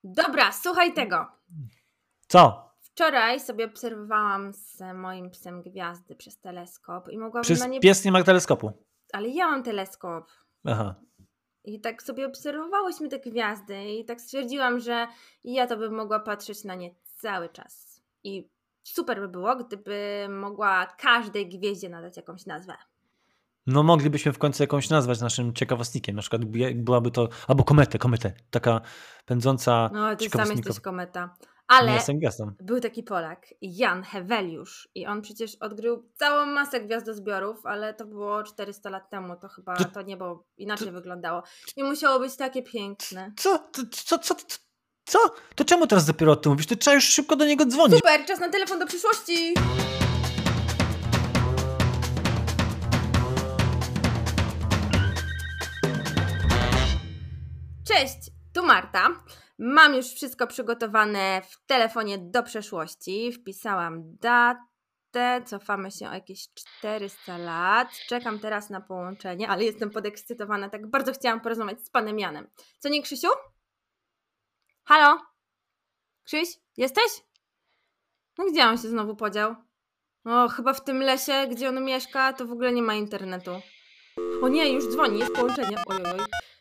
Dobra, słuchaj tego. Co? Wczoraj sobie obserwowałam z moim psem gwiazdy przez teleskop i mogłabym Przecież na nie... pies nie ma teleskopu. Ale ja mam teleskop. Aha. I tak sobie obserwowałyśmy te gwiazdy i tak stwierdziłam, że ja to bym mogła patrzeć na nie cały czas. I super by było, gdyby mogła każdej gwieździe nadać jakąś nazwę. No moglibyśmy w końcu jakąś nazwać naszym ciekawostnikiem. Na przykład byłaby to... Albo kometę. Taka pędząca No, ty sam ciekawostnikowa. jesteś kometa. Nie Ale jestem gwiazdą. był taki Polak, Jan Heweliusz, i on przecież odkrył całą masę gwiazdozbiorów, ale to było 400 lat temu, to chyba to niebo inaczej wyglądało. I musiało być takie piękne. Co? To czemu teraz dopiero o tym mówisz? To trzeba już szybko do niego dzwonić. Super, czas na telefon do przyszłości! Cześć, tu Marta. Mam już wszystko przygotowane w telefonie do przeszłości. Wpisałam datę, cofamy się o jakieś 400 lat. Czekam teraz na połączenie, ale jestem podekscytowana. Tak bardzo chciałam porozmawiać z panem Janem. Co nie, Krzysiu? Halo? Krzyś, jesteś? No gdzie on się znowu podział? O, chyba w tym lesie, gdzie on mieszka, to w ogóle nie ma internetu. O nie, już dzwoni, jest połączenie. Ojoj.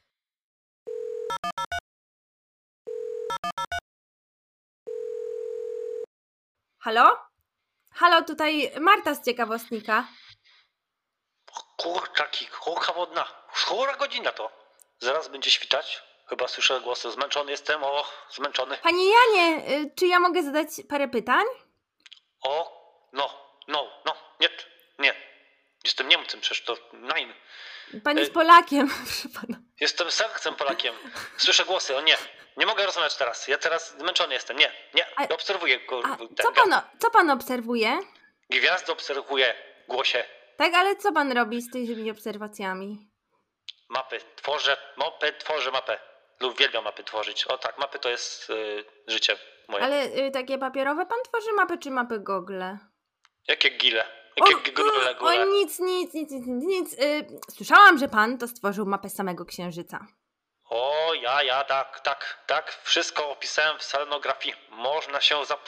Halo? Halo, tutaj Marta z Ciekawostnika. Kurczaki, chmurka wodna. Chmura godzina to. Zaraz będzie świtać. Chyba słyszę głosy. Zmęczony jestem, zmęczony. Panie Janie, czy ja mogę zadać parę pytań? No. Nie. Jestem Niemcem, przecież to nein. Pan jest Polakiem, proszę pana. Jestem sercem Polakiem. Słyszę głosy, nie mogę rozmawiać teraz. Ja teraz zmęczony jestem, nie. Obserwuję go. Co pan obserwuje? Gwiazdy obserwuję, głosie. Tak, ale co pan robi z tymi obserwacjami? Mapy. Tworzę mapę. Uwielbiam mapy tworzyć. O tak, mapy to jest życie moje. Ale takie papierowe pan tworzy mapy, czy mapy Google? Jakie gile? Nic. Słyszałam, że pan to stworzył mapę samego Księżyca. Tak. Wszystko opisałem w selenografii. Można.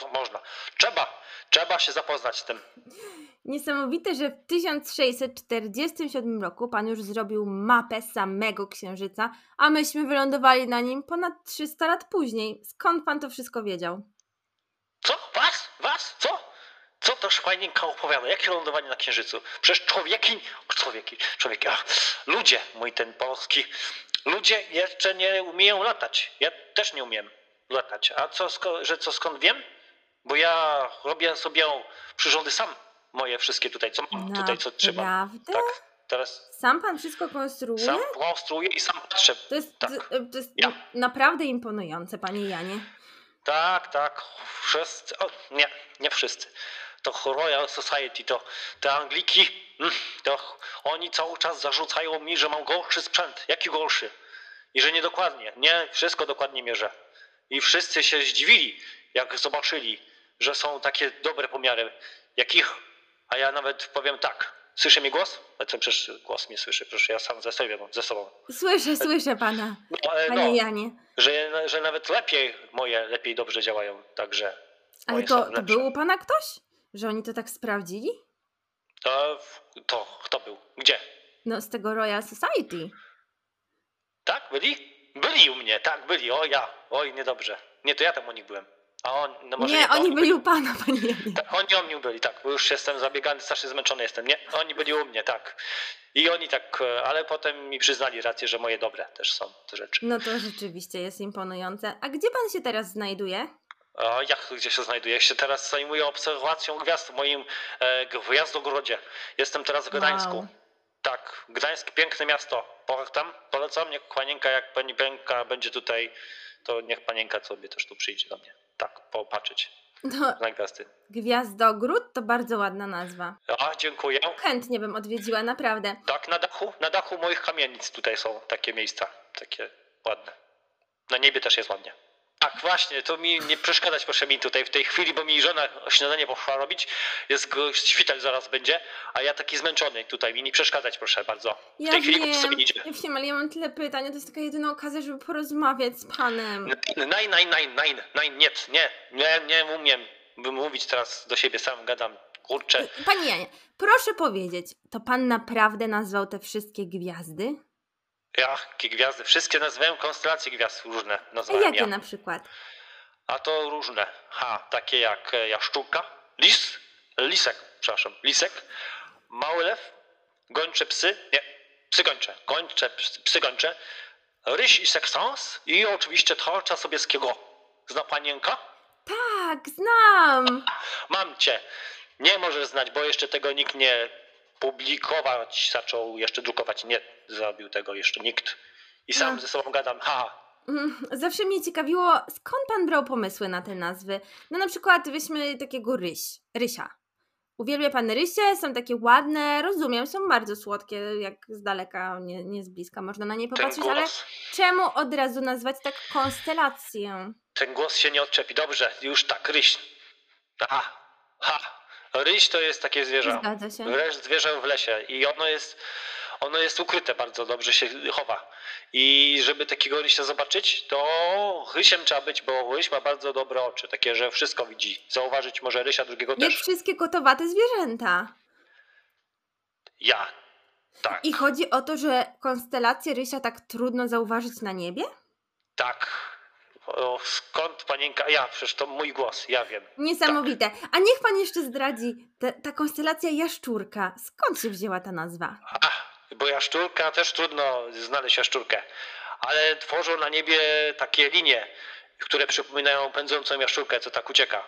Trzeba się zapoznać z tym. Niesamowite, że w 1647 roku pan już zrobił mapę samego Księżyca, a myśmy wylądowali na nim ponad 300 lat później. Skąd pan to wszystko wiedział? Co? Was? Co? Co to szwajninka opowiada? Jakie lądowanie na Księżycu? Przecież człowieki, ludzie, mój ten polski, ludzie jeszcze nie umieją latać. Ja też nie umiem latać. A skąd wiem? Bo ja robię sobie przyrządy sam. Moje wszystkie tutaj, co mam tutaj, co trzeba. Naprawdę? Tak, teraz... Sam pan wszystko konstruuje? Sam konstruuję i sam patrzę. To jest Ja. naprawdę imponujące, panie Janie. Tak. Wszyscy, nie wszyscy. To Royal Society, to te Angliki, to oni cały czas zarzucają mi, że mam gorszy sprzęt. Jaki gorszy? I że niedokładnie. Nie, wszystko dokładnie mierzę. I wszyscy się zdziwili, jak zobaczyli, że są takie dobre pomiary. Jakich? A ja nawet powiem tak. Słyszy mi głos? Przecież głos mnie słyszy, przecież ja sam ze sobą. Słyszę pana, panie Janie. Że nawet lepiej dobrze działają, także... Ale to był u pana ktoś? Że oni to tak sprawdzili? To kto był? Gdzie? No z tego Royal Society. Tak? Byli? Byli u mnie, tak, byli. Oj, niedobrze. Nie, to ja tam u nich byłem. Oni byli u pana, panie Janie. Tak, oni u mnie byli, tak, bo już jestem zabiegany, strasznie zmęczony jestem. Nie, oni byli u mnie, tak. I oni tak, ale potem mi przyznali rację, że moje dobre też są te rzeczy. No to rzeczywiście jest imponujące. A gdzie pan się teraz znajduje? Gdzie się znajduję? Ja się teraz zajmuję obserwacją gwiazd w moim gwiazdogrodzie. Jestem teraz w Gdańsku. Wow. Tak, Gdańsk, piękne miasto. Polecam, niech panienka, jak pani Pęka będzie tutaj, to niech panienka sobie też tu przyjdzie do mnie. Tak, popatrzeć na gwiazdy. Gwiazdogród to bardzo ładna nazwa. Dziękuję. Chętnie bym odwiedziła, naprawdę. Tak, na dachu moich kamienic tutaj są takie miejsca, takie ładne. Na niebie też jest ładnie. Tak, właśnie, to mi nie przeszkadzać proszę mi tutaj w tej chwili, bo mi żona śniadanie poszła robić, świtać zaraz będzie, a ja taki zmęczony tutaj, mi nie przeszkadzać proszę bardzo. W Ja tej chwili wiem, sobie idzie. ja wiem, ale ja mam tyle pytań, a to jest taka jedyna okazja, żeby porozmawiać z panem. Nie umiem wymówić teraz do siebie, sam gadam, kurczę. Panie Janie, proszę powiedzieć, to pan naprawdę nazwał te wszystkie gwiazdy? Jakie gwiazdy? Wszystkie nazywałem konstelacje gwiazd różne A nazwałem jakie ja. na przykład? A to różne. Takie jak jaszczurka, lisek, mały lew, gończe psy, nie, psy gończe, ryś i seksans i oczywiście tarcza Sobieskiego. Zna panienka? Tak, znam. Mam cię. Nie możesz znać, bo jeszcze tego nikt nie publikować zaczął, jeszcze drukować. Nie zrobił tego jeszcze nikt. I sam No. ze sobą gadam, Zawsze mnie ciekawiło, skąd pan brał pomysły na te nazwy. No na przykład weźmy takiego rysia. Uwielbia pan rysie, są takie ładne, rozumiem, są bardzo słodkie, jak z daleka, nie z bliska można na nie ten popatrzeć, ale głos. czemu od razu nazwać tak konstelację? Ten głos się nie odczepi. Dobrze, już tak, ryś. Ryś to jest takie zwierzę. Zgadza się. Zwierzę w lesie i ono jest ukryte, bardzo dobrze się chowa. I żeby takiego rysia zobaczyć, to rysiem trzeba być, bo ryś ma bardzo dobre oczy, takie, że wszystko widzi. Zauważyć może rysia drugiego Jak też. wszystkie kotowate zwierzęta. Tak. I chodzi o to, że konstelację rysia tak trudno zauważyć na niebie? Tak. Skąd panienka? Przecież to mój głos, ja wiem. Niesamowite. A niech pan jeszcze zdradzi, ta konstelacja jaszczurka, skąd się wzięła ta nazwa? Bo jaszczurka też trudno znaleźć jaszczurkę, ale tworzą na niebie takie linie, które przypominają pędzącą jaszczurkę, co tak ucieka.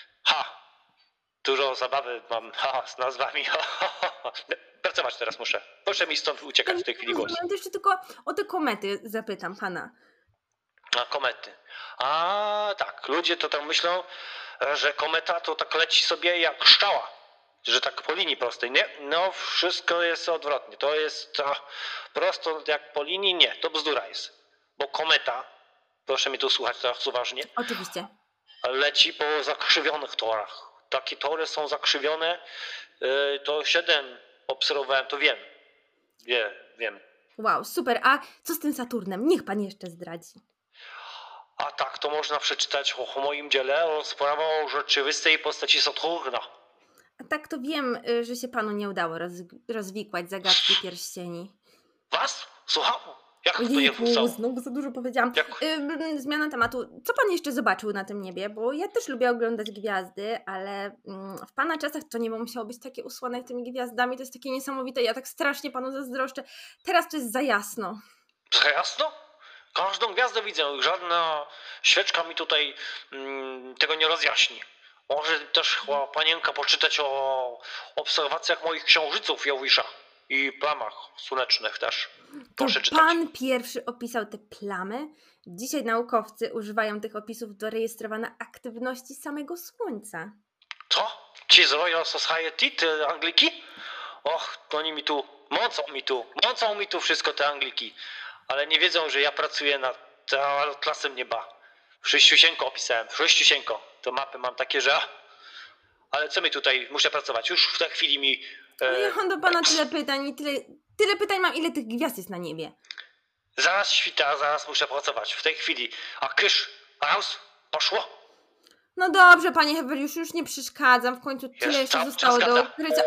Dużo zabawy mam z nazwami. Pracować teraz muszę. Proszę mi stąd uciekać w tej chwili głos. Ja jeszcze tylko o te komety zapytam pana. Komety. Tak, ludzie to tam myślą, że kometa to tak leci sobie jak szczała. Że tak po linii prostej, nie? No wszystko jest odwrotnie. To jest prosto jak po linii, nie, to bzdura jest. Bo kometa, proszę mi tu słuchać teraz uważnie, Oczywiście. leci po zakrzywionych torach. Takie tory są zakrzywione, to 7 obserwowałem, to wiem. Wiem. Wow, super. A co z tym Saturnem? Niech pan jeszcze zdradzi. A tak, to można przeczytać o moim dziele, o sprawę o rzeczywistej postaci Saturna. A tak to wiem, że się panu nie udało rozwikłać zagadki pierścieni. Was? Słucham? Jak to nie Ojejku, wstał? znowu za dużo powiedziałam. Zmiana tematu. Co pan jeszcze zobaczył na tym niebie? Bo ja też lubię oglądać gwiazdy, ale w pana czasach to niebo musiało być takie usłane tymi gwiazdami. To jest takie niesamowite. Ja tak strasznie panu zazdroszczę. Teraz to jest za jasno. Za jasno? Każdą gwiazdę widzę. Żadna świeczka mi tutaj tego nie rozjaśni. Może też panienka poczytać o obserwacjach moich księżyców Jowisza i plamach słonecznych też. To Proszę czytać. pan pierwszy opisał te plamy? Dzisiaj naukowcy używają tych opisów do rejestrowania aktywności samego Słońca. Co? Ci z Royal Society, te Angliki? Och, oni mącą mi tu wszystko te Angliki. Ale nie wiedzą, że ja pracuję nad atlasem nieba. Sześciusieńko opisałem, To mapy mam takie, że... Ale co mi tutaj, muszę pracować. Już w tej chwili mi... Ja mam do pana tyle pytań i tyle pytań mam, ile tych gwiazd jest na niebie. Zaraz świta, zaraz muszę pracować. W tej chwili. A kysz, raus, poszło. No dobrze, panie Heweliusz, już nie przeszkadzam. W końcu tyle jeszcze czas zostało do gada. ukrycia.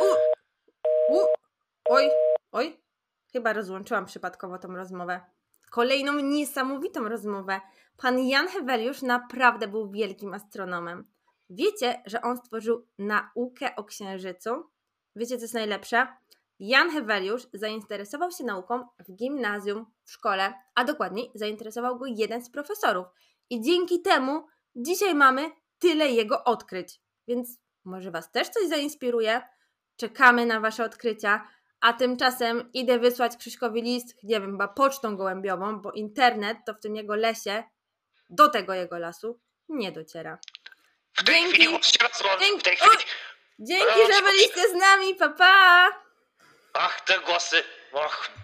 Oj. Chyba rozłączyłam przypadkowo tą rozmowę. Kolejną niesamowitą rozmowę. Pan Jan Heweliusz naprawdę był wielkim astronomem. Wiecie, że on stworzył naukę o Księżycu? Wiecie, co jest najlepsze? Jan Heweliusz zainteresował się nauką w gimnazjum, w szkole, a dokładniej zainteresował go jeden z profesorów. I dzięki temu dzisiaj mamy tyle jego odkryć. Więc może was też coś zainspiruje? Czekamy na wasze odkrycia. A tymczasem idę wysłać Krzyśkowi list, nie wiem, chyba pocztą gołębiową, bo internet to w tym jego lesie, do tego jego lasu, nie dociera. W tej chwili Dzięki, że byliście z nami, pa! Ach, te głosy. Och.